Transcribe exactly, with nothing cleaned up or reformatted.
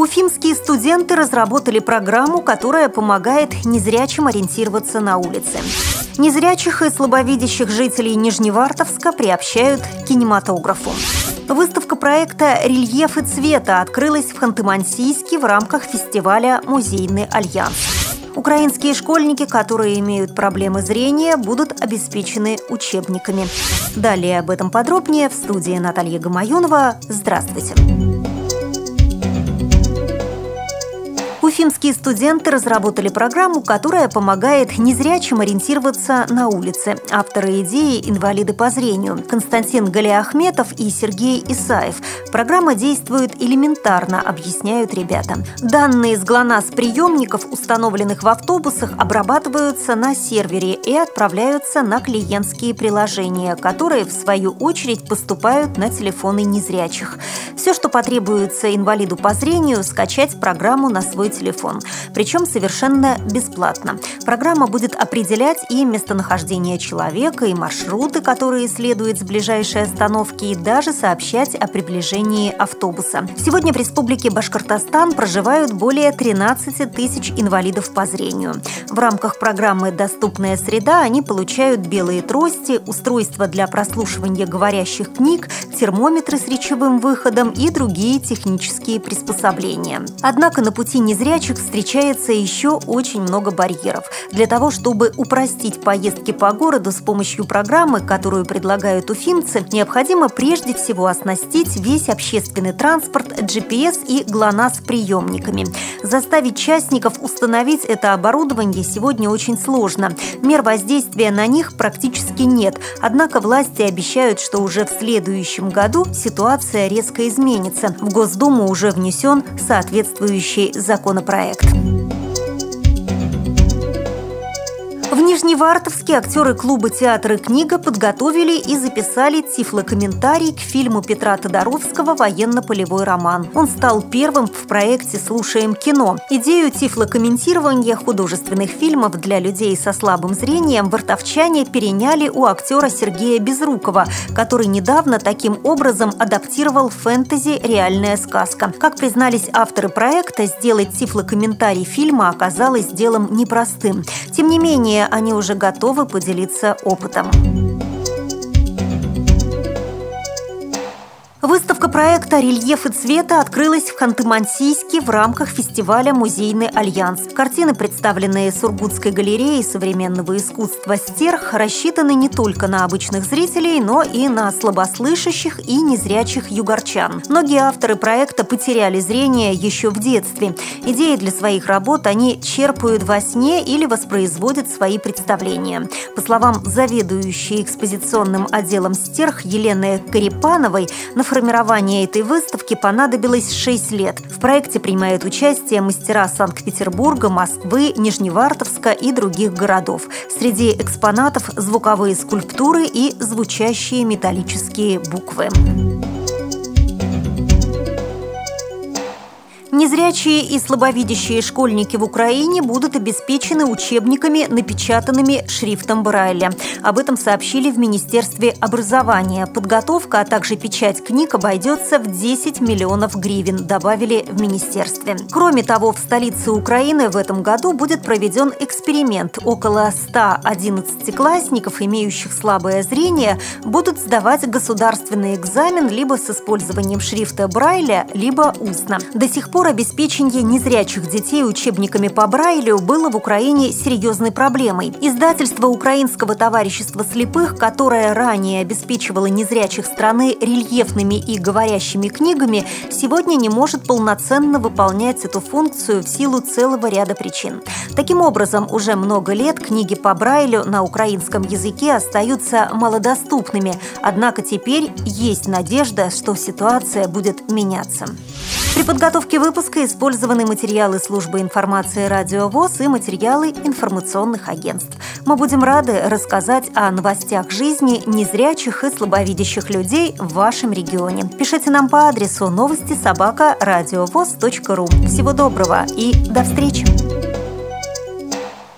Уфимские студенты разработали программу, которая помогает незрячим ориентироваться на улице. Незрячих и слабовидящих жителей Нижневартовска приобщают к кинематографу. Выставка проекта «Рельефы цвета» открылась в Ханты-Мансийске в рамках фестиваля «Музейный альянс». Украинские школьники, которые имеют проблемы зрения, будут обеспечены учебниками. Далее об этом подробнее в студии Наталья Гамаюнова. Здравствуйте! Уфимские студенты разработали программу, которая помогает незрячим ориентироваться на улице. Авторы идеи – инвалиды по зрению Константин Галиахметов и Сергей Исаев. Программа действует элементарно, объясняют ребята. Данные с ГЛОНАСС-приемников, установленных в автобусах, обрабатываются на сервере и отправляются на клиентские приложения, которые, в свою очередь, поступают на телефоны незрячих. Все, что потребуется инвалиду по зрению – скачать программу на свой телефон. телефон, причем совершенно бесплатно. Программа будет определять и местонахождение человека, и маршруты, которые следует с ближайшей остановки, и даже сообщать о приближении автобуса. Сегодня в Республике Башкортостан проживают более тринадцати тысяч инвалидов по зрению. В рамках программы «Доступная среда» они получают белые трости, устройства для прослушивания говорящих книг, термометры с речевым выходом и другие технические приспособления. Однако на пути незрячих встречается еще очень много барьеров. Для того, чтобы упростить поездки по городу с помощью программы, которую предлагают уфимцы, необходимо прежде всего оснастить весь общественный транспорт джи пи эс и ГЛОНАСС-приемниками. Заставить частников установить это оборудование сегодня очень сложно. Мер воздействия на них практически нет. Однако власти обещают, что уже в следующем году ситуация резко изменится. В Госдуму уже внесен соответствующий законопроект. В Нижневартовске актеры клуба «Театр и книга» подготовили и записали тифлокомментарий к фильму Петра Тодоровского «Военно-полевой роман». Он стал первым в проекте «Слушаем кино». Идею тифлокомментирования художественных фильмов для людей со слабым зрением вартовчане переняли у актера Сергея Безрукова, который недавно таким образом адаптировал фэнтези «Реальная сказка». Как признались авторы проекта, сделать тифлокомментарий фильма оказалось делом непростым. Тем не менее, они уже готовы поделиться опытом. Выставка проекта «Рельефы цвета» открылась в Ханты-Мансийске в рамках фестиваля «Музейный альянс». Картины, представленные Сургутской галереей современного искусства «Стерх», рассчитаны не только на обычных зрителей, но и на слабослышащих и незрячих югорчан. Многие авторы проекта потеряли зрение еще в детстве. Идеи для своих работ они черпают во сне или воспроизводят свои представления. По словам заведующей экспозиционным отделом «Стерх» Елены Карипановой, на формирование этой выставки понадобилось шесть лет. В проекте принимают участие мастера Санкт-Петербурга, Москвы, Нижневартовска и других городов. Среди экспонатов звуковые скульптуры и звучащие металлические буквы. Незрячие и слабовидящие школьники в Украине будут обеспечены учебниками, напечатанными шрифтом Брайля. Об этом сообщили в Министерстве образования. Подготовка, а также печать книг обойдется в десять миллионов гривен, добавили в министерстве. Кроме того, в столице Украины в этом году будет проведен эксперимент. Около ста одиннадцатиклассников, имеющих слабое зрение, будут сдавать государственный экзамен либо с использованием шрифта Брайля, либо устно. До сих пор обеспечение незрячих детей учебниками по Брайлю было в Украине серьезной проблемой. Издательство Украинского товарищества слепых, которое ранее обеспечивало незрячих страны рельефными и говорящими книгами, сегодня не может полноценно выполнять эту функцию в силу целого ряда причин. Таким образом, уже много лет книги по Брайлю на украинском языке остаются малодоступными, однако теперь есть надежда, что ситуация будет меняться. При подготовке выпуска использованы материалы службы информации «Радио ВОС» и материалы информационных агентств. Мы будем рады рассказать о новостях жизни незрячих и слабовидящих людей в вашем регионе. Пишите нам по адресу новости собака радиовос точка ру. Всего доброго и до встречи!